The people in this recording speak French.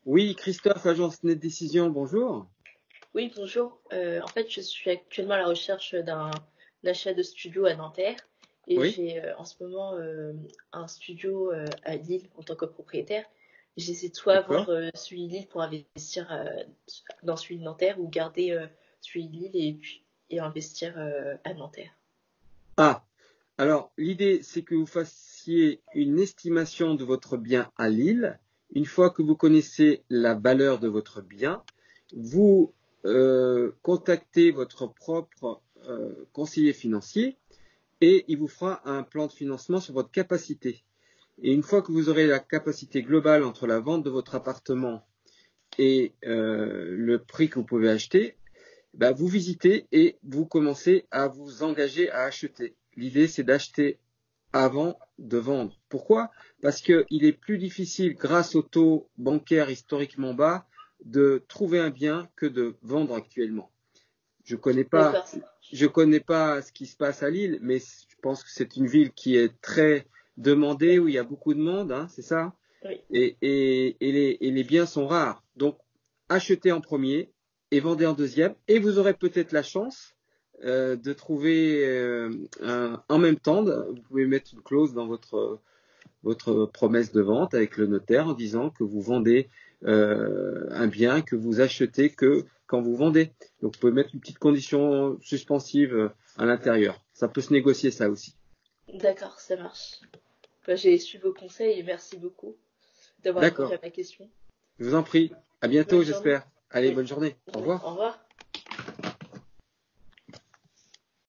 Oui, Christophe, agence Net Décision, bonjour. Oui, bonjour. En fait, je suis actuellement à la recherche d'un achat de studio à Nanterre et Oui, j'ai en ce moment un studio à Lille en tant que propriétaire. J'essaie de soit d'accord. vendre celui de Lille pour investir dans celui de Nanterre ou garder celui de Lille et investir à Nanterre. Ah, alors l'idée, c'est que vous fassiez une estimation de votre bien à Lille. Une fois que vous connaissez la valeur de votre bien, vous contactez votre propre conseiller financier et il vous fera un plan de financement sur votre capacité. Et une fois que vous aurez la capacité globale entre la vente de votre appartement et le prix que vous pouvez acheter, bah, vous visitez et vous commencez à vous engager à acheter. L'idée, c'est d'acheter avant de vendre. Pourquoi? Parce qu'il est plus difficile, grâce au taux bancaire historiquement bas, de trouver un bien que de vendre actuellement. Je connais pas, D'accord, ça je marche. connais pas ce qui se passe à Lille, mais je pense que c'est une ville qui est très demandée, Oui, où il y a beaucoup de monde, hein, c'est ça? oui. Et les biens sont rares. Donc, achetez en premier et vendez en deuxième. Et vous aurez peut-être la chance de trouver en même temps, vous pouvez mettre une clause dans votre promesse de vente avec le notaire en disant que vous vendez un bien que vous achetez que quand vous vendez. Donc, vous pouvez mettre une petite condition suspensive à l'intérieur. Ça peut se négocier ça aussi. D'accord, ça marche. Bah, j'ai suivi vos conseils et merci beaucoup d'avoir répondu D'accord. à ma question. Je vous en prie. À Bonne bientôt, journée. j'espère. Allez, Oui, bonne journée. Au oui, revoir. au revoir.